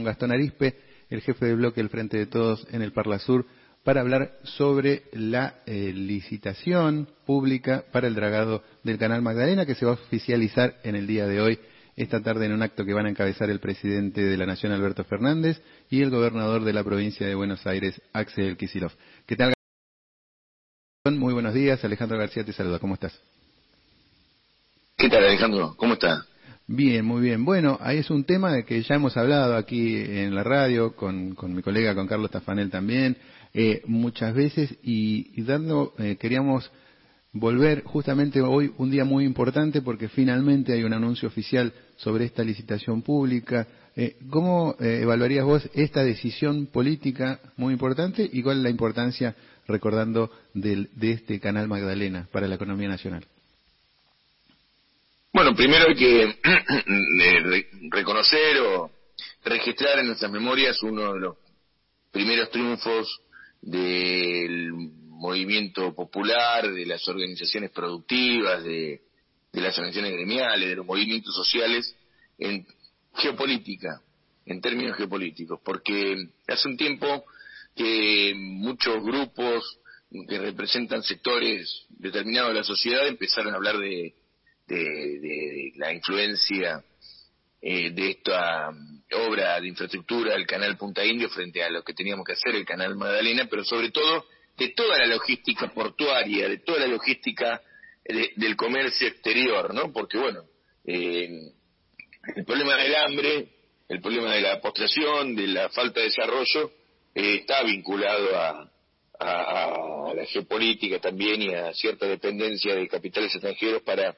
Gastón Arizpe, el jefe de bloque del Frente de Todos en el Parlasur, para hablar sobre la licitación pública para el dragado del Canal Magdalena, que se va a oficializar en el día de hoy, esta tarde, en un acto que van a encabezar el presidente de la Nación, Alberto Fernández, y el gobernador de la provincia de Buenos Aires, Axel Kicillof. ¿Qué tal, Gastón? Muy buenos días. Alejandro García te saluda. ¿Cómo estás? ¿Qué tal, Alejandro? ¿Cómo estás? Bien, muy bien. Bueno, ahí es un tema de que ya hemos hablado aquí en la radio con mi colega, con Carlos Tafanel también, muchas veces, y queríamos volver justamente hoy, un día muy importante, porque finalmente hay un anuncio oficial sobre esta licitación pública. ¿Cómo evaluarías vos esta decisión política muy importante y cuál es la importancia, recordando, de este Canal Magdalena para la economía nacional? Bueno, primero hay que reconocer o registrar en nuestras memorias uno de los primeros triunfos del movimiento popular, de las organizaciones productivas, de las organizaciones gremiales, de los movimientos sociales en geopolítica, en términos geopolíticos, porque hace un tiempo que muchos grupos que representan sectores determinados de la sociedad empezaron a hablar de la influencia de esta obra de infraestructura del canal Punta Indio frente a lo que teníamos que hacer el canal Magdalena, pero sobre todo de toda la logística portuaria, de toda la logística del comercio exterior, ¿no? Porque bueno, el problema del hambre, el problema de la postración, de la falta de desarrollo, está vinculado a la geopolítica también y a cierta dependencia de capitales extranjeros para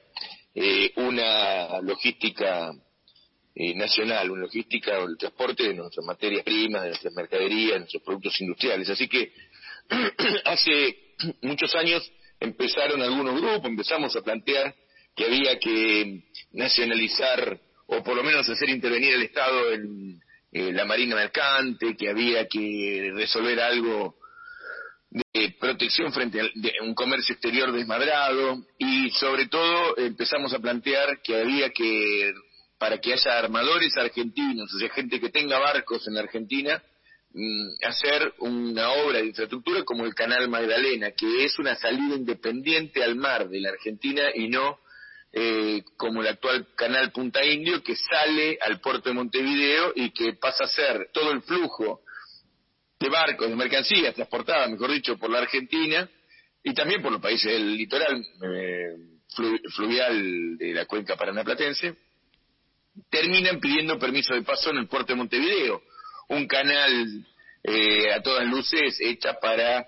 una logística nacional, una logística o el transporte de nuestras materias primas, de nuestras mercaderías, de nuestros productos industriales. Así que hace muchos años empezamos a plantear que había que nacionalizar o por lo menos hacer intervenir el Estado en la marina mercante, que había que resolver algo de protección frente a un comercio exterior desmadrado, y sobre todo empezamos a plantear que había que, para que haya armadores argentinos, o sea, gente que tenga barcos en la Argentina, hacer una obra de infraestructura como el Canal Magdalena, que es una salida independiente al mar de la Argentina y no como el actual Canal Punta Indio, que sale al puerto de Montevideo y que pasa a ser todo el flujo de barcos, de mercancías transportadas, mejor dicho, por la Argentina y también por los países del litoral fluvial de la cuenca paranaplatense, terminan pidiendo permiso de paso en el puerto de Montevideo, un canal a todas luces hecha para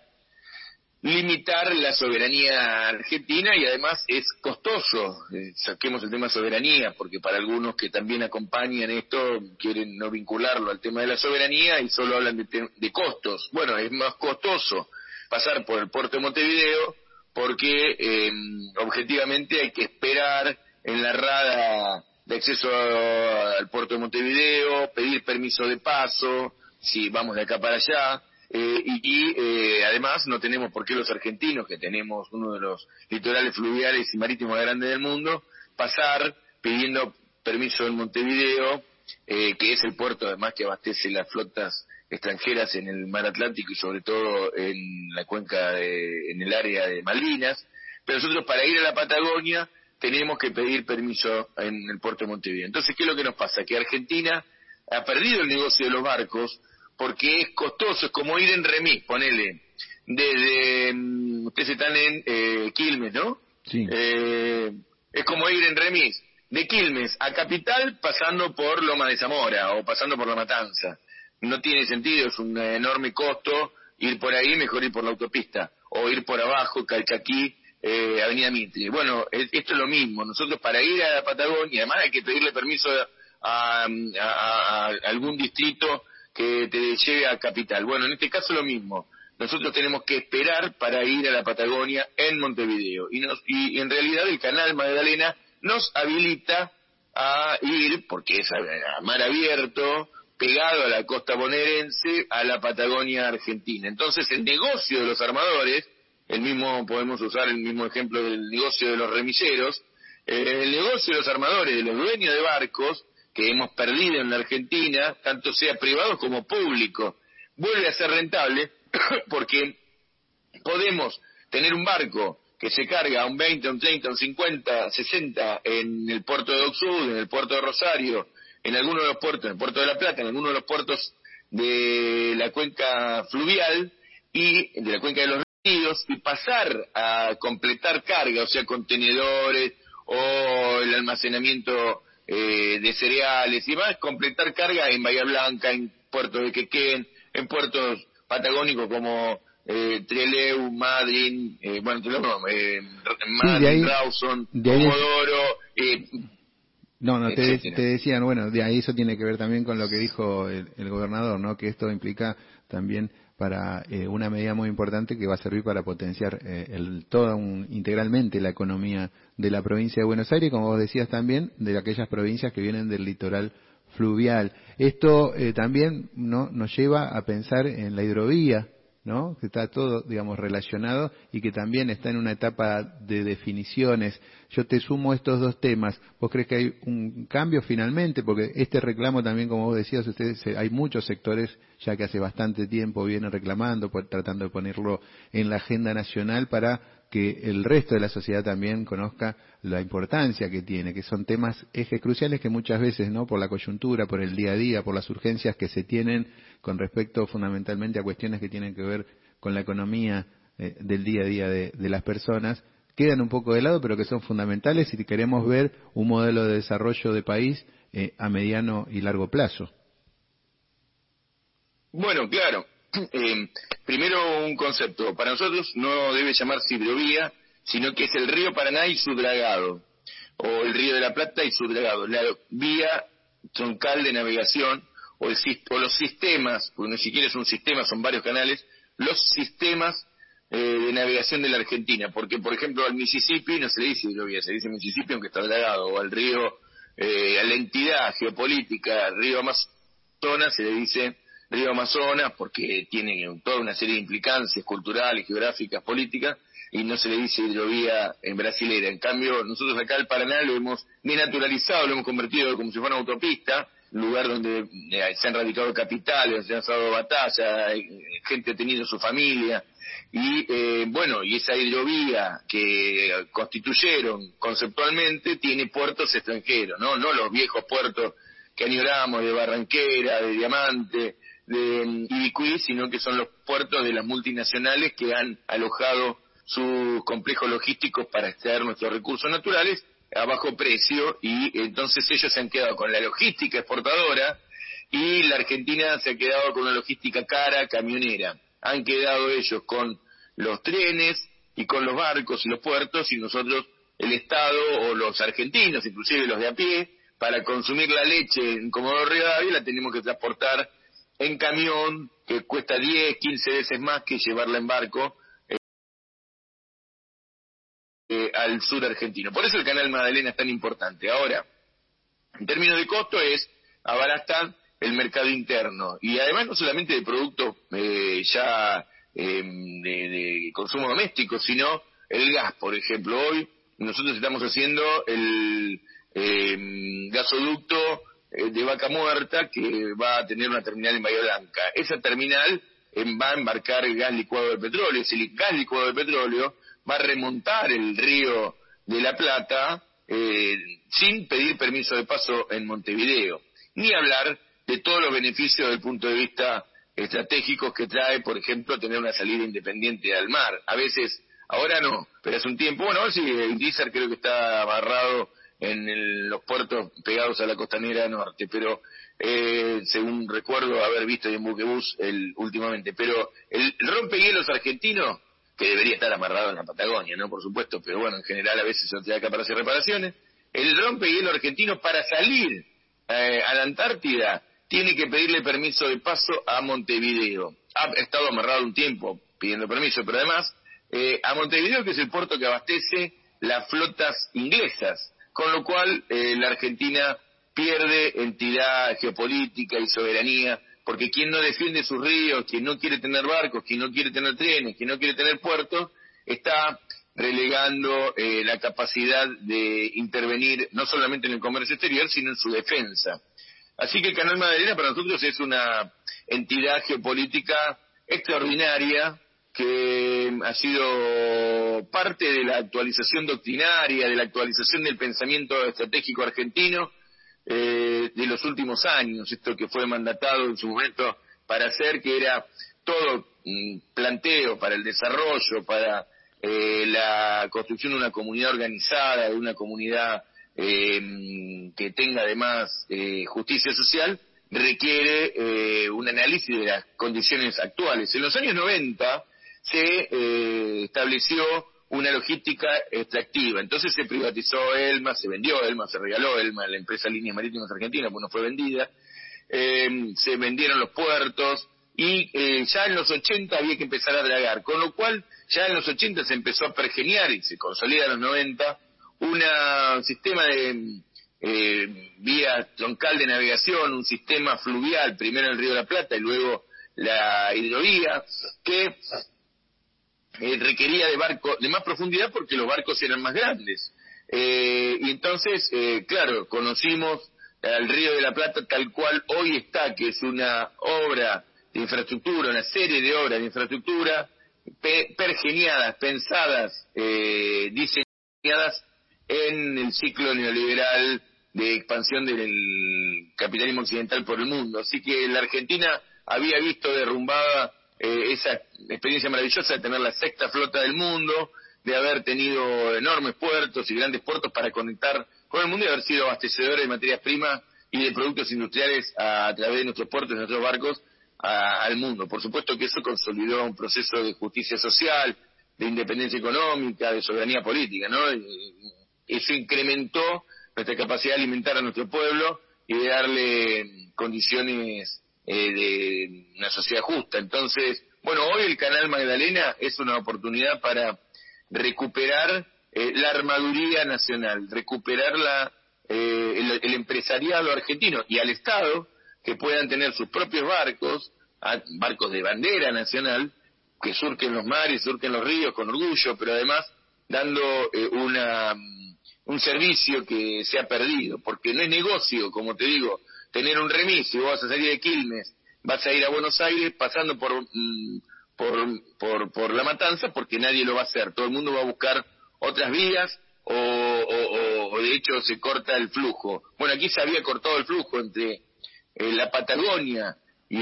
limitar la soberanía argentina, y además es costoso. Saquemos el tema soberanía, porque para algunos que también acompañan esto quieren no vincularlo al tema de la soberanía y solo hablan de costos. Bueno, es más costoso pasar por el puerto de Montevideo porque objetivamente hay que esperar en la rada de acceso al puerto de Montevideo, pedir permiso de paso si vamos de acá para allá. Además no tenemos por qué los argentinos, que tenemos uno de los litorales fluviales y marítimos más grandes del mundo, pasar pidiendo permiso en Montevideo, que es el puerto además que abastece las flotas extranjeras en el mar Atlántico y sobre todo en la cuenca, en el área de Malvinas. Pero nosotros, para ir a la Patagonia, tenemos que pedir permiso en el puerto de Montevideo. Entonces, ¿qué es lo que nos pasa? Que Argentina ha perdido el negocio de los barcos porque es costoso. Es como ir en remis, ponele, desde, ustedes están en Quilmes, ¿no? Sí. Es como ir en remis de Quilmes a Capital pasando por Loma de Zamora o pasando por La Matanza. No tiene sentido, es un enorme costo ir por ahí, mejor ir por la autopista o ir por abajo, Calchaquí, Avenida Mitre. Bueno, esto es lo mismo. Nosotros, para ir a la Patagonia, además hay que pedirle permiso a algún distrito que te lleve a Capital. Bueno, en este caso lo mismo. Nosotros tenemos que esperar para ir a la Patagonia en Montevideo. Y en realidad el Canal Magdalena nos habilita a ir, porque es a mar abierto, pegado a la costa bonaerense, a la Patagonia argentina. Entonces el negocio de los armadores, podemos usar el mismo ejemplo del negocio de los remiseros, el negocio de los armadores, de los dueños de barcos, que hemos perdido en la Argentina, tanto sea privado como público, vuelve a ser rentable porque podemos tener un barco que se carga a un 20, a un 30, a un 50, 60 en el puerto de Dock Sud, en el puerto de Rosario, en algunos de los puertos, en el puerto de La Plata, en algunos de los puertos de la cuenca fluvial y de la cuenca de los ríos, y pasar a completar carga, o sea, contenedores o el almacenamiento de cereales y demás, completar carga en Bahía Blanca, en puertos de Quequén, en puertos patagónicos como Trelew, Madryn, Madryn, Rawson, Comodoro, te decían, bueno, de ahí eso tiene que ver también con lo que dijo el gobernador, ¿no? Que esto implica también para una medida muy importante que va a servir para potenciar integralmente la economía de la provincia de Buenos Aires, como vos decías también, de aquellas provincias que vienen del litoral fluvial. Esto también, ¿no?, nos lleva a pensar en la hidrovía, ¿no?, que está todo, digamos, relacionado y que también está en una etapa de definiciones. Yo te sumo estos dos temas. ¿Vos crees que hay un cambio finalmente? Porque este reclamo también, como vos decías, hay muchos sectores ya que hace bastante tiempo vienen reclamando, tratando de ponerlo en la agenda nacional para que el resto de la sociedad también conozca la importancia que tiene, que son temas, ejes cruciales que muchas veces, ¿no?, por la coyuntura, por el día a día, por las urgencias que se tienen con respecto fundamentalmente a cuestiones que tienen que ver con la economía del día a día de las personas, quedan un poco de lado, pero que son fundamentales si queremos ver un modelo de desarrollo de país a mediano y largo plazo. Bueno, claro. Primero un concepto. Para nosotros no debe llamarse hidrovía, sino que es el río Paraná y su dragado, o el río de la Plata y su dragado, la vía troncal de navegación, o los sistemas, porque ni siquiera es un sistema, son varios canales, los sistemas de navegación de la Argentina, porque por ejemplo al Mississippi no se le dice hidrovía, se dice Mississippi aunque está dragado, o al río, a la entidad geopolítica, el río Amazonas, se le dice río Amazonas porque tiene toda una serie de implicancias culturales, geográficas, políticas, y no se le dice hidrovía en brasilera. En cambio, nosotros acá el Paraná lo hemos denaturalizado, lo hemos convertido como si fuera una autopista, lugar donde se han radicado capitales, se han dado batalla, gente ha tenido su familia, y y esa hidrovía que constituyeron conceptualmente tiene puertos extranjeros, no los viejos puertos que añoramos de Barranquera, de Diamante, de Ibicuí, sino que son los puertos de las multinacionales que han alojado sus complejos logísticos para extraer nuestros recursos naturales a bajo precio, y entonces ellos se han quedado con la logística exportadora y la Argentina se ha quedado con una logística cara, camionera. Han quedado ellos con los trenes y con los barcos y los puertos, y nosotros, el Estado o los argentinos, inclusive los de a pie, para consumir la leche en Comodoro Rivadavia la tenemos que transportar en camión, que cuesta 10, 15 veces más que llevarla en barco al sur argentino. Por eso el canal Magdalena es tan importante. Ahora, en términos de costo es abaratar el mercado interno, y además no solamente de productos de consumo doméstico, sino el gas, por ejemplo. Hoy nosotros estamos haciendo el gasoducto de Vaca Muerta, que va a tener una terminal en Bahía Blanca. Esa terminal va a embarcar el gas licuado de petróleo. Ese gas licuado de petróleo va a remontar el río de la Plata sin pedir permiso de paso en Montevideo. Ni hablar de todos los beneficios desde el punto de vista estratégicos que trae, por ejemplo, tener una salida independiente al mar. A veces, ahora no, pero hace un tiempo, bueno, ahora sí, el Dízar creo que está amarrado en los puertos pegados a la costanera norte, pero según recuerdo haber visto en Buquebús últimamente, pero el rompehielos argentino, que debería estar amarrado en la Patagonia, ¿no?, por supuesto, pero bueno, en general a veces se trae acá para hacer reparaciones, el rompehielos argentino para salir a la Antártida tiene que pedirle permiso de paso a Montevideo. Ha estado amarrado un tiempo pidiendo permiso, pero además a Montevideo, que es el puerto que abastece las flotas inglesas, con lo cual la Argentina pierde entidad geopolítica y soberanía, porque quien no defiende sus ríos, quien no quiere tener barcos, quien no quiere tener trenes, quien no quiere tener puertos, está relegando la capacidad de intervenir no solamente en el comercio exterior, sino en su defensa. Así que el Canal Magdalena para nosotros es una entidad geopolítica extraordinaria que ha sido parte de la actualización doctrinaria, de la actualización del pensamiento estratégico argentino de los últimos años, esto que fue mandatado en su momento para hacer, que era todo planteo para el desarrollo, para la construcción de una comunidad organizada, de una comunidad que tenga además justicia social, requiere un análisis de las condiciones actuales. En los años 90 se estableció una logística extractiva, entonces se privatizó Elma, se vendió Elma, se regaló Elma a la empresa Líneas Marítimas Argentinas, pues no fue vendida, se vendieron los puertos y ya en los 80 había que empezar a dragar, con lo cual ya en los 80 se empezó a pergeniar y se consolida en los 90 un sistema de vía troncal de navegación, un sistema fluvial, primero el Río de la Plata y luego la hidrovía, que requería de barcos de más profundidad porque los barcos eran más grandes. Y entonces, claro, conocimos al Río de la Plata tal cual hoy está, que es una obra de infraestructura, una serie de obras de infraestructura pergeniadas, pensadas, diseñadas en el ciclo neoliberal de expansión del capitalismo occidental por el mundo. Así que la Argentina había visto derrumbada esa experiencia maravillosa de tener la sexta flota del mundo, de haber tenido enormes puertos y grandes puertos para conectar con el mundo y haber sido abastecedores de materias primas y de productos industriales a través de nuestros puertos y nuestros barcos al mundo. Por supuesto que eso consolidó un proceso de justicia social, de independencia económica, de soberanía política, ¿no? Eso incrementó nuestra capacidad de alimentar a nuestro pueblo y de darle condiciones de una sociedad justa. Entonces, bueno, hoy el Canal Magdalena es una oportunidad para recuperar la armaduría nacional, recuperar el empresariado argentino y al Estado, que puedan tener sus propios barcos, barcos de bandera nacional, que surquen los mares, surquen los ríos con orgullo, pero además dando un servicio que se ha perdido, porque no es negocio, como te digo, tener un remis. Si vos vas a salir de Quilmes, vas a ir a Buenos Aires pasando por La Matanza, porque nadie lo va a hacer, todo el mundo va a buscar otras vías o de hecho se corta el flujo. Bueno, aquí se había cortado el flujo entre la Patagonia y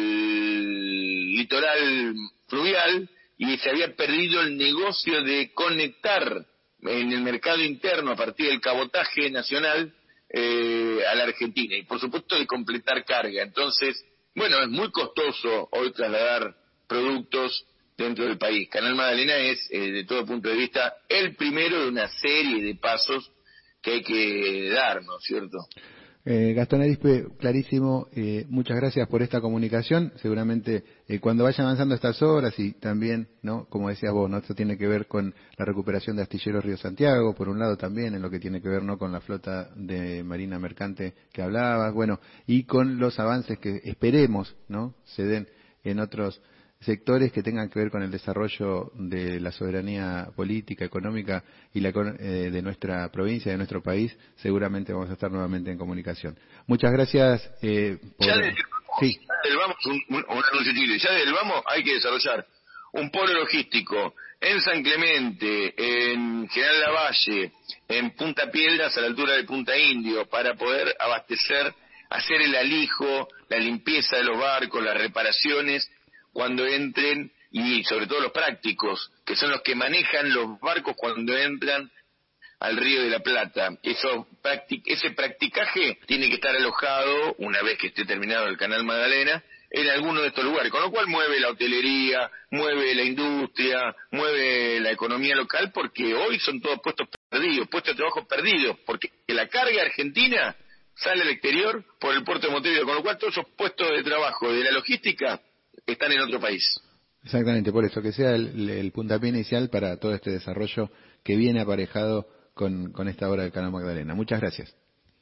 el litoral fluvial y se había perdido el negocio de conectar en el mercado interno a partir del cabotaje nacional a la Argentina y por supuesto de completar carga. Entonces, bueno, es muy costoso hoy trasladar productos dentro del país. Canal Magdalena es, de todo punto de vista, el primero de una serie de pasos que hay que dar, ¿no es cierto? Gastón Arizpe, clarísimo, muchas gracias por esta comunicación. Seguramente cuando vayan avanzando estas obras y también, ¿no? Como decías vos, ¿no? Esto tiene que ver con la recuperación de Astilleros Río Santiago, por un lado también en lo que tiene que ver, ¿no? Con la flota de Marina Mercante que hablabas, bueno, y con los avances que esperemos, ¿no? Se den en otros sectores que tengan que ver con el desarrollo de la soberanía política, económica y de nuestra provincia, de nuestro país. Seguramente vamos a estar nuevamente en comunicación. Muchas gracias. Ya del Vamos, un anuncio chiquito. Ya del Vamos hay que desarrollar un polo logístico en San Clemente, en General Lavalle, en Punta Piedras a la altura de Punta Indio, para poder abastecer, hacer el alijo, la limpieza de los barcos, las reparaciones cuando entren, y sobre todo los prácticos, que son los que manejan los barcos cuando entran al Río de la Plata. Ese practicaje tiene que estar alojado, una vez que esté terminado el Canal Magdalena, en alguno de estos lugares, con lo cual mueve la hotelería, mueve la industria, mueve la economía local, porque hoy son todos puestos perdidos, puestos de trabajo perdidos, porque la carga argentina sale al exterior por el puerto de Montevideo, con lo cual todos esos puestos de trabajo de la logística están en otro país. Exactamente, por eso, que sea el puntapié inicial para todo este desarrollo que viene aparejado con esta obra del Canal Magdalena. Muchas gracias.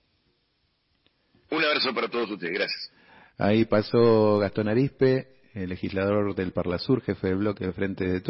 Un abrazo para todos ustedes, gracias. Ahí pasó Gastón Arizpe, el legislador del Parlasur, jefe del bloque de Frente de Todos.